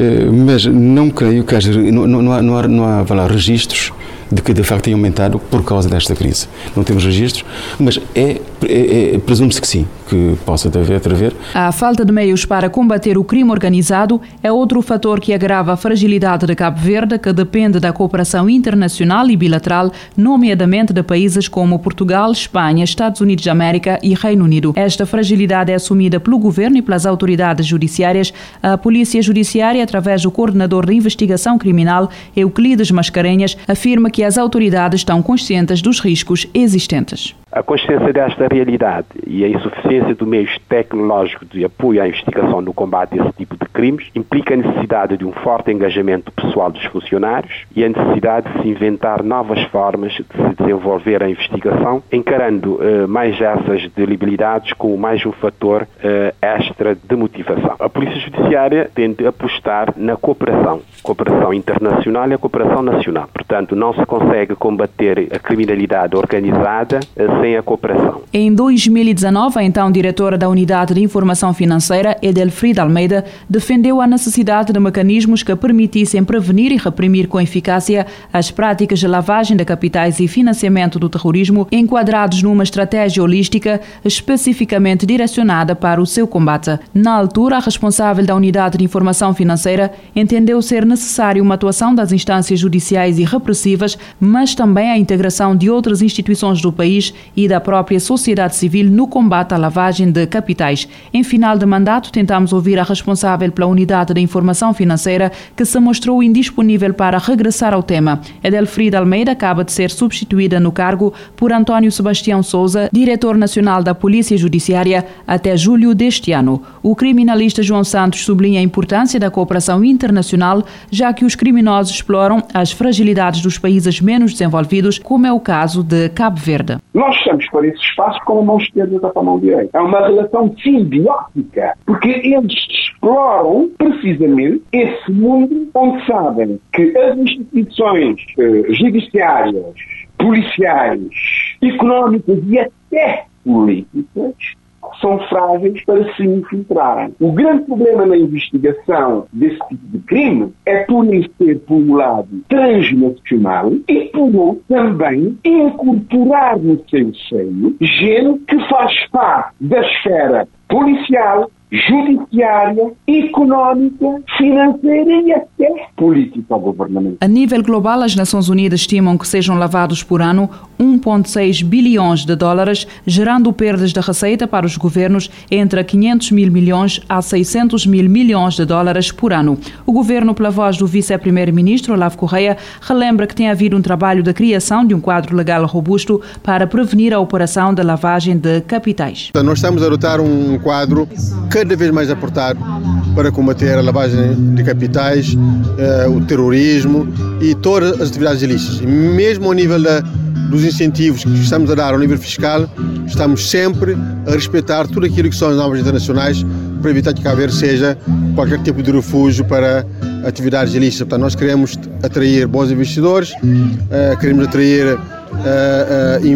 I: mas não creio que haja, não, não há, não há, não há lá, registros de que de facto tenha aumentado por causa desta crise. Não temos registros, mas é, é, é, presume-se que sim, que possa haver, haver.
B: A falta de meios para combater o crime organizado é outro fator que agrava a fragilidade de Cabo Verde, que depende da cooperação internacional e bilateral, nomeadamente de países como Portugal, Espanha, Estados Unidos da América e Reino Unido. Esta fragilidade é assumida pelo governo e pelas autoridades judiciárias. A Polícia Judiciária, através do coordenador de investigação criminal, Euclides Mascarenhas, afirma que as autoridades estão conscientes dos riscos existentes.
J: A consciência desta realidade e a insuficiência de meios tecnológicos de apoio à investigação no combate a esse tipo de crimes implica a necessidade de um forte engajamento pessoal dos funcionários e a necessidade de se inventar novas formas de se desenvolver a investigação, encarando uh, mais essas debilidades como mais um fator uh, extra de motivação. A Polícia Judiciária tende a apostar na cooperação, cooperação internacional e a cooperação nacional. Portanto, não se consegue combater a criminalidade organizada uh, sem a cooperação.
B: Em dois mil e dezanove, a então diretora da Unidade de Informação Financeira, Edelfrida Almeida, defendeu a necessidade de mecanismos que permitissem prevenir e reprimir com eficácia as práticas de lavagem de capitais e financiamento do terrorismo, enquadrados numa estratégia holística especificamente direcionada para o seu combate. Na altura, a responsável da Unidade de Informação Financeira entendeu ser necessária uma atuação das instâncias judiciais e repressivas, mas também a integração de outras instituições do país e da própria sociedade civil no combate à lavagem de capitais. Em final de mandato, tentamos ouvir a responsável pela Unidade de Informação Financeira, que se mostrou indisponível para regressar ao tema. Edelfrida Almeida acaba de ser substituída no cargo por António Sebastião Souza, diretor nacional da Polícia Judiciária, até julho deste ano. O criminalista João Santos sublinha a importância da cooperação internacional, já que os criminosos exploram as fragilidades dos países menos desenvolvidos, como é o caso de Cabo Verde.
H: Nós estamos para esse espaço com a mão esquerda para a mão direita. É uma relação simbiótica, porque eles exploram precisamente esse mundo onde sabem que as instituições eh, judiciárias, policiais, económicas e até políticas são frágeis para se infiltrarem. O grande problema na investigação desse tipo de crime é por ele ser, por um lado, transnacional e, por outro, também incorporar no seu seio gente que faz parte da esfera policial, judiciária, económica, financeira e até política governamental.
B: A nível global, as Nações Unidas estimam que sejam lavados por ano um vírgula seis bilhões de dólares, gerando perdas de receita para os governos entre quinhentos mil milhões a seiscentos mil milhões de dólares por ano. O governo, pela voz do vice-primeiro-ministro Olavo Correia, relembra que tem havido um trabalho de criação de um quadro legal robusto para prevenir a operação de lavagem de capitais.
K: Nós estamos a adotar um quadro cada vez mais aportado para combater a lavagem de capitais, uh, o terrorismo e todas as atividades ilícitas. E mesmo ao nível da, dos incentivos que estamos a dar ao nível fiscal, estamos sempre a respeitar tudo aquilo que são as normas internacionais para evitar que Cabo Verde seja qualquer tipo de refúgio para atividades ilícitas. Portanto, nós queremos atrair bons investidores, uh, queremos atrair uh, uh,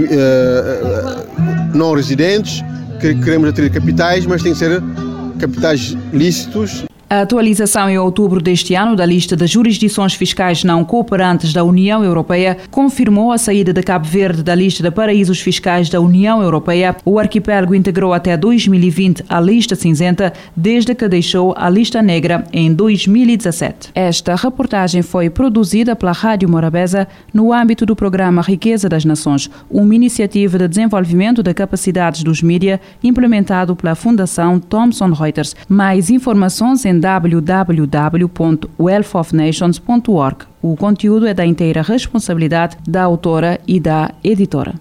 K: uh, uh, não residentes, queremos atrair capitais, mas tem que ser capitais lícitos.
B: A atualização em outubro deste ano da lista de jurisdições fiscais não cooperantes da União Europeia confirmou a saída de Cabo Verde da lista de paraísos fiscais da União Europeia. O arquipélago integrou até dois mil e vinte a lista cinzenta, desde que deixou a lista negra em dois mil e dezassete. Esta reportagem foi produzida pela Rádio Morabeza no âmbito do programa Riqueza das Nações, uma iniciativa de desenvolvimento de capacidades dos mídia implementado pela Fundação Thomson Reuters. Mais informações em w w w ponto wealth of nations ponto org. O conteúdo é da inteira responsabilidade da autora e da editora.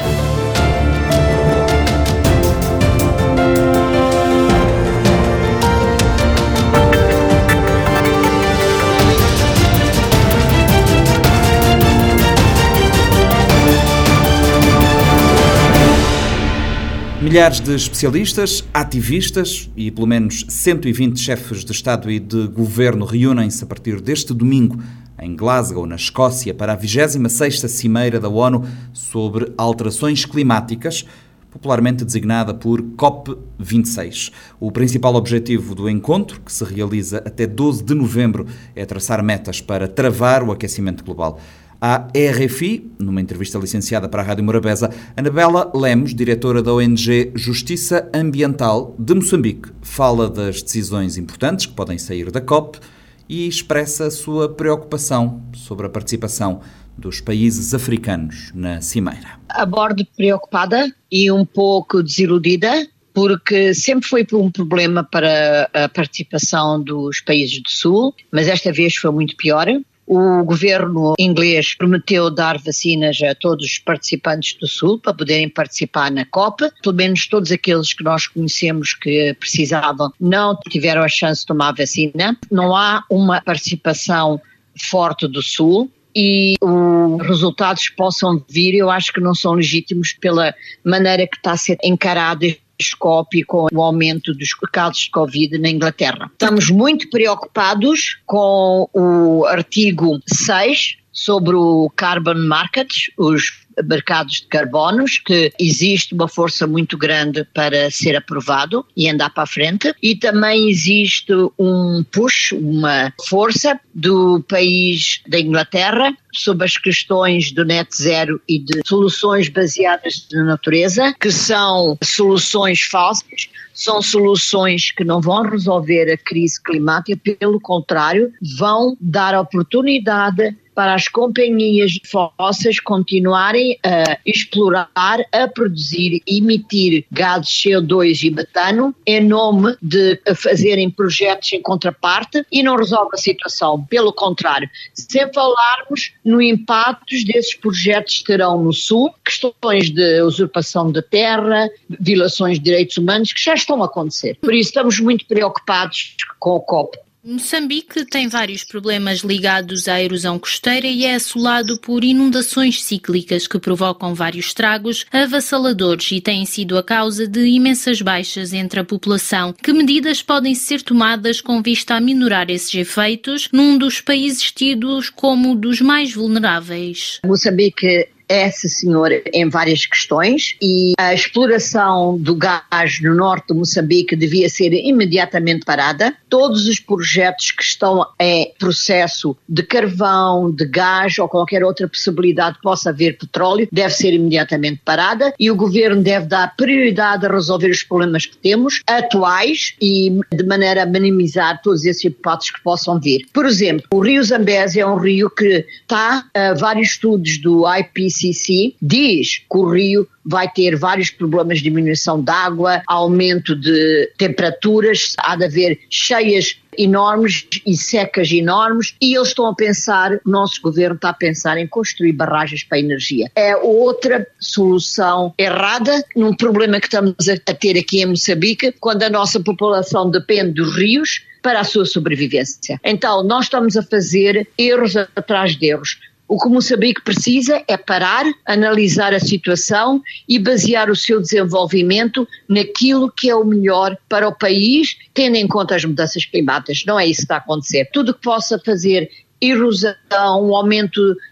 A: Milhares de especialistas, ativistas e pelo menos cento e vinte chefes de Estado e de Governo reúnem-se a partir deste domingo em Glasgow, na Escócia, para a vigésima sexta Cimeira da ONU sobre alterações climáticas, popularmente designada por COP vinte e seis. O principal objetivo do encontro, que se realiza até doze de novembro, é traçar metas para travar o aquecimento global. À R F I, numa entrevista licenciada para a Rádio Morabeza, Anabela Lemos, diretora da O N G Justiça Ambiental de Moçambique, fala das decisões importantes que podem sair da COP e expressa a sua preocupação sobre a participação dos países africanos na Cimeira.
L: Abordo preocupada e um pouco desiludida, porque sempre foi um problema para a participação dos países do Sul, mas esta vez foi muito pior. O governo inglês prometeu dar vacinas a todos os participantes do Sul para poderem participar na COP. Pelo menos todos aqueles que nós conhecemos que precisavam não tiveram a chance de tomar vacina. Não há uma participação forte do Sul e os resultados possam vir, eu acho que não são legítimos pela maneira que está a ser encarado COP com o aumento dos casos de Covid na Inglaterra. Estamos muito preocupados com o artigo seis sobre o carbon markets, os mercados de carbonos, que existe uma força muito grande para ser aprovado e andar para a frente, e também existe um push, uma força do país da Inglaterra sobre as questões do net zero e de soluções baseadas na natureza, que são soluções falsas, são soluções que não vão resolver a crise climática, pelo contrário, vão dar oportunidade para as companhias fósseis continuarem a explorar, a produzir e emitir gases C O dois e metano em nome de fazerem projetos em contraparte e não resolve a situação. Pelo contrário, sem falarmos no impacto desses projetos terão no Sul, questões de usurpação de terra, violações de direitos humanos que já estão a acontecer. Por isso estamos muito preocupados com o COP.
M: Moçambique tem vários problemas ligados à erosão costeira e é assolado por inundações cíclicas que provocam vários estragos avassaladores e têm sido a causa de imensas baixas entre a população. Que medidas podem ser tomadas com vista a minorar esses efeitos num dos países tidos como dos mais vulneráveis?
L: Moçambique é, sim, senhor, em várias questões, e a exploração do gás no norte de Moçambique devia ser imediatamente parada. Todos os projetos que estão em processo de carvão, de gás ou qualquer outra possibilidade que possa haver petróleo deve ser imediatamente parada, e o governo deve dar prioridade a resolver os problemas que temos atuais e de maneira a minimizar todos esses impactos que possam vir. Por exemplo, o rio Zambésia é um rio que está, uh, vários estudos do I P C C diz que o rio vai ter vários problemas de diminuição de água, aumento de temperaturas, há de haver cheias enormes e secas enormes, e eles estão a pensar, o nosso governo está a pensar em construir barragens para a energia. É outra solução errada, num problema que estamos a ter aqui em Moçambique, quando a nossa população depende dos rios para a sua sobrevivência. Então, nós estamos a fazer erros atrás de erros. O que Moçambique precisa é parar, analisar a situação e basear o seu desenvolvimento naquilo que é o melhor para o país, tendo em conta as mudanças climáticas. Não é isso que está a acontecer. Tudo que possa fazer erosão, um aumento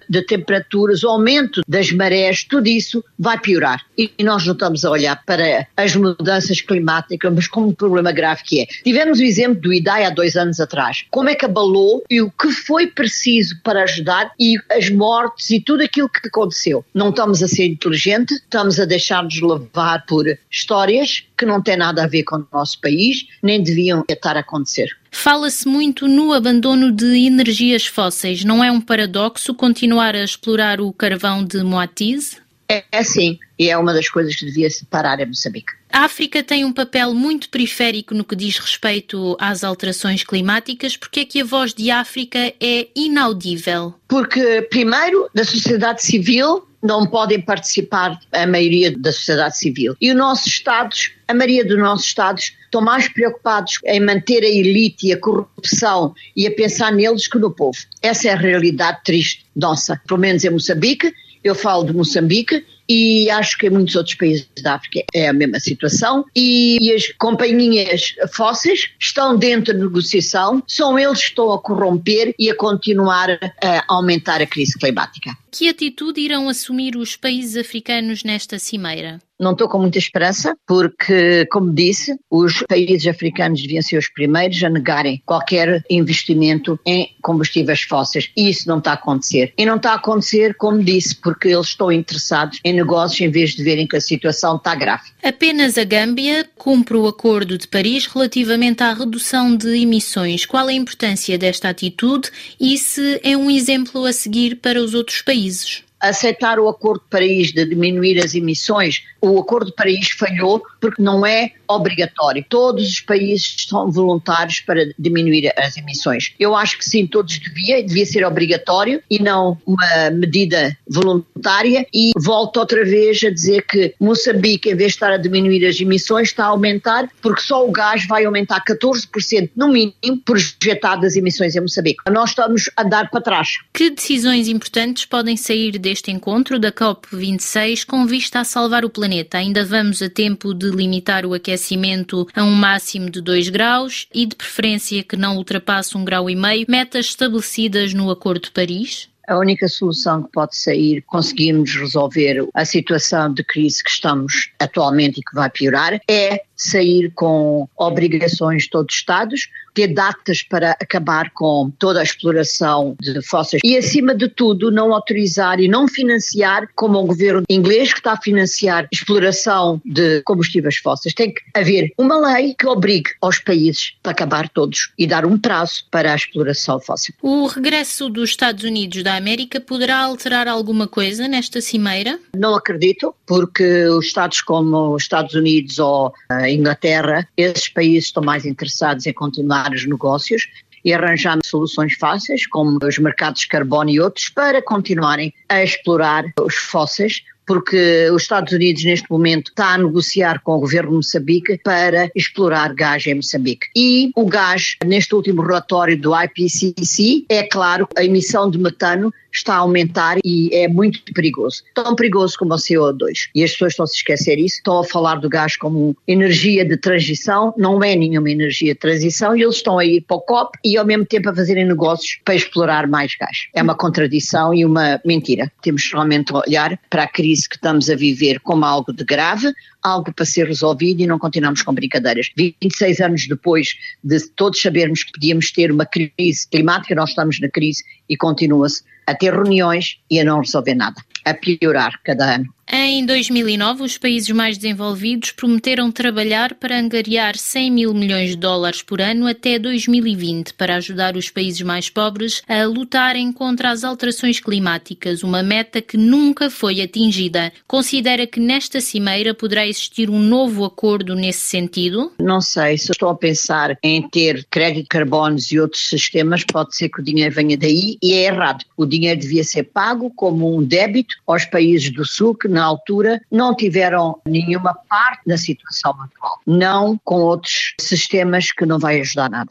L: de temperaturas, o aumento das marés, tudo isso vai piorar. E nós não estamos a olhar para as mudanças climáticas, mas como um problema grave que é. Tivemos o exemplo do Idai há dois anos atrás. Como é que abalou e o que foi preciso para ajudar e as mortes e tudo aquilo que aconteceu. Não estamos a ser inteligentes, estamos a deixar-nos levar por histórias que não têm nada a ver com o nosso país, nem deviam estar a acontecer.
M: Fala-se muito no abandono de energias fósseis. Não é um paradoxo continuar a explorar o carvão de Moatize?
L: É, é sim, e é uma das coisas que devia separar a Moçambique.
M: A África tem um papel muito periférico no que diz respeito às alterações climáticas. Porque é que a voz de África é inaudível?
L: Porque, primeiro, da sociedade civil não podem participar a maioria da sociedade civil. E os nossos Estados, a maioria dos nossos Estados, estão mais preocupados em manter a elite e a corrupção e a pensar neles que no povo. Essa é a realidade triste nossa, pelo menos em Moçambique. Eu falo de Moçambique e acho que em muitos outros países da África é a mesma situação e as companhias fósseis estão dentro da negociação, são eles que estão a corromper e a continuar a aumentar a crise climática.
M: Que atitude irão assumir os países africanos nesta cimeira?
L: Não estou com muita esperança porque, como disse, os países africanos deviam ser os primeiros a negarem qualquer investimento em combustíveis fósseis e isso não está a acontecer. E não está a acontecer, como disse, porque eles estão interessados em negócios em vez de verem que a situação está grave.
M: Apenas a Gâmbia cumpre o Acordo de Paris relativamente à redução de emissões. Qual a importância desta atitude e se é um exemplo a seguir para os outros países?
L: Aceitar o Acordo de Paris de diminuir as emissões, o Acordo de Paris falhou porque não é obrigatório. Todos os países são voluntários para diminuir as emissões. Eu acho que sim, todos deviam, devia ser obrigatório e não uma medida voluntária. E volto outra vez a dizer que Moçambique, em vez de estar a diminuir as emissões, está a aumentar, porque só o gás vai aumentar catorze por cento no mínimo projetado das emissões em Moçambique. Nós estamos a dar para trás.
M: Que decisões importantes podem sair deste encontro da COP vinte e seis com vista a salvar o planeta? Ainda vamos a tempo de limitar o aquecimento a um máximo de dois graus e de preferência que não ultrapasse um grau e meio, metas estabelecidas no Acordo de Paris?
L: A única solução que pode sair, conseguirmos resolver a situação de crise que estamos atualmente e que vai piorar, é sair com obrigações de todos os Estados, ter datas para acabar com toda a exploração de fósseis e, acima de tudo, não autorizar e não financiar, como o governo inglês que está a financiar exploração de combustíveis fósseis. Tem que haver uma lei que obrigue aos países a acabar todos e dar um prazo para a exploração fóssil.
M: O regresso dos Estados Unidos da América poderá alterar alguma coisa nesta cimeira?
L: Não acredito, porque os Estados como os Estados Unidos ou a Inglaterra, esses países estão mais interessados em continuar os negócios e arranjar soluções fáceis, como os mercados de carbono e outros, para continuarem a explorar os fósseis, porque os Estados Unidos neste momento está a negociar com o governo de Moçambique para explorar gás em Moçambique. E o gás, neste último relatório do I P C C, é claro, a emissão de metano está a aumentar e é muito perigoso. Tão perigoso como o C O dois. E as pessoas estão a se esquecer isso, estão a falar do gás como energia de transição, não é nenhuma energia de transição e eles estão a ir para o C O P e ao mesmo tempo a fazerem negócios para explorar mais gás. É uma contradição e uma mentira. Temos realmente a olhar para a crise que estamos a viver como algo de grave, algo para ser resolvido e não continuamos com brincadeiras. vinte e seis anos depois de todos sabermos que podíamos ter uma crise climática, nós estamos na crise e continua-se a ter reuniões e a não resolver nada, a piorar cada ano.
M: Em dois mil e nove, os países mais desenvolvidos prometeram trabalhar para angariar cem mil milhões de dólares por ano até dois mil e vinte para ajudar os países mais pobres a lutarem contra as alterações climáticas, uma meta que nunca foi atingida. Considera que nesta cimeira poderá existir um novo acordo nesse sentido?
L: Não sei, se estou a pensar em ter crédito de carbonos e outros sistemas, pode ser que o dinheiro venha daí e é errado. O dinheiro devia ser pago como um débito aos países do Sul que na altura não tiveram nenhuma parte da situação atual, não com outros sistemas que não vai ajudar nada.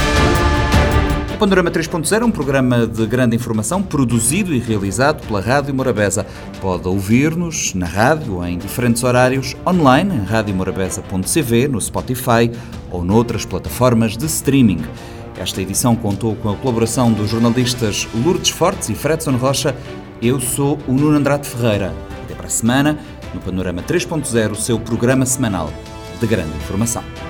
A: O Panorama três ponto zero é um programa de grande informação produzido e realizado pela Rádio Morabeza. Pode ouvir-nos na rádio em diferentes horários, online em rádio morabeza ponto c v, no Spotify ou noutras plataformas de streaming. Esta edição contou com a colaboração dos jornalistas Lourdes Fortes e Fredson Rocha Eu sou o Nuno Andrade Ferreira. Até para a semana, no Panorama três ponto zero, o seu programa semanal de grande informação.